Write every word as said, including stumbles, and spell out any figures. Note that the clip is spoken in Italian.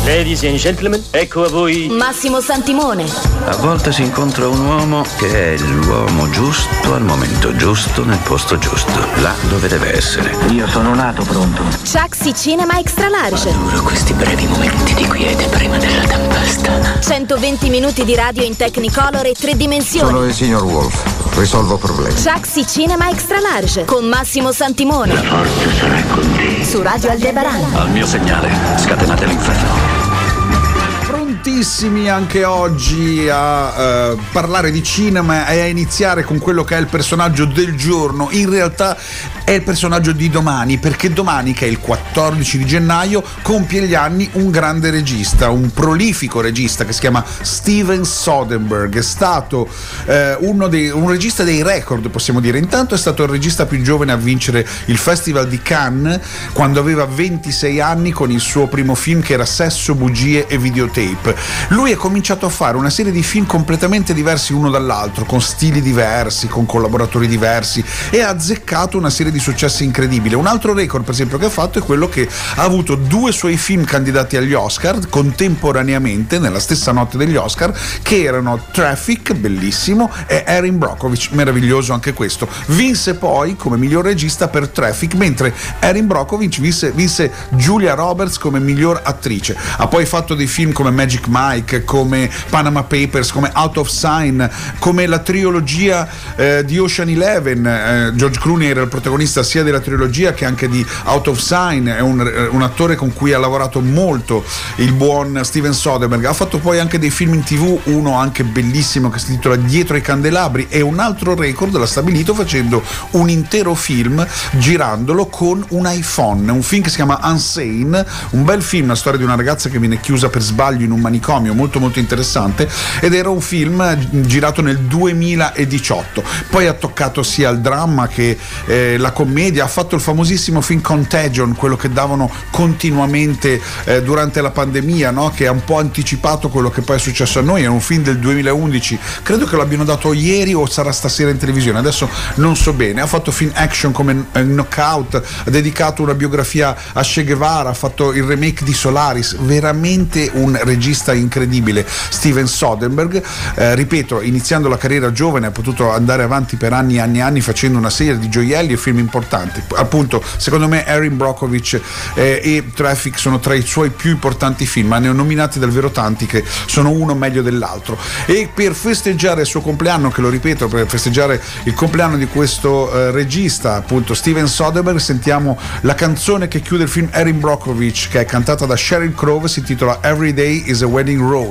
Ladies and gentlemen, ecco a voi Massimo Santimone. A volte si incontra un uomo che è l'uomo giusto al momento giusto nel posto giusto, là dove deve essere. Io sono nato pronto. Chucksy Cinema Extra Large. Adoro questi brevi momenti di quiete prima della tempesta. centoventi minuti di radio in Technicolor e tre dimensioni. Sono il signor Wolf, risolvo problemi. Chucksy Cinema Extra Large con Massimo Santimone. La forza sarà con te. Su Radio Aldebaran. Al mio segnale, scatenate l'inferno. Prontissimi anche oggi a uh, parlare di cinema e a iniziare con quello che è il personaggio del giorno. In realtà è il personaggio di domani, perché domani, che è il quattordici di gennaio, compie gli anni un grande regista, un prolifico regista che si chiama Steven Soderbergh. È stato uh, uno dei, un regista dei record, possiamo dire. Intanto è stato il regista più giovane a vincere il Festival di Cannes quando aveva ventisei anni con il suo primo film, che era Sesso, bugie e videotape. Lui ha cominciato a fare una serie di film completamente diversi uno dall'altro, con stili diversi, con collaboratori diversi, e ha azzeccato una serie di successi incredibili. Un altro record, per esempio, che ha fatto è quello che ha avuto due suoi film candidati agli Oscar contemporaneamente nella stessa notte degli Oscar, che erano Traffic, bellissimo, e Erin Brockovich, meraviglioso anche questo. Vinse poi come miglior regista per Traffic, mentre Erin Brockovich vinse, vinse Julia Roberts come miglior attrice. Ha poi fatto dei film come Magic Mike, come Panama Papers, come Out of Sign, come la trilogia eh, di Ocean Eleven. eh, George Clooney era il protagonista sia della trilogia che anche di Out of Sign. È un, un attore con cui ha lavorato molto il buon Steven Soderbergh. Ha fatto poi anche dei film in tv, uno anche bellissimo che si intitola Dietro i candelabri, e un altro record l'ha stabilito facendo un intero film girandolo con un iPhone, un film che si chiama Unsane, un bel film, la storia di una ragazza che viene chiusa per sbaglio in un manicomio, molto molto interessante, ed era un film girato nel duemiladiciotto. Poi ha toccato sia il dramma che eh, la commedia. Ha fatto il famosissimo film Contagion, quello che davano continuamente eh, durante la pandemia, no? Che ha un po' anticipato quello che poi è successo a noi. È un film del duemilaundici, credo che l'abbiano dato ieri o sarà stasera in televisione, adesso non so bene. Ha fatto film action come Knockout, ha dedicato una biografia a Che Guevara, ha fatto il remake di Solaris. Veramente un regista incredibile Steven Soderbergh. eh, ripeto, iniziando la carriera giovane ha potuto andare avanti per anni e anni e anni facendo una serie di gioielli e film importanti. Appunto, secondo me Erin Brockovich eh, e Traffic sono tra i suoi più importanti film, ma ne ho nominati davvero tanti che sono uno meglio dell'altro. E per festeggiare il suo compleanno, che lo ripeto, per festeggiare il compleanno di questo eh, regista, appunto Steven Soderbergh, sentiamo la canzone che chiude il film Erin Brockovich, che è cantata da Sheryl Crow, si intitola Every Day is a Wedding Rose.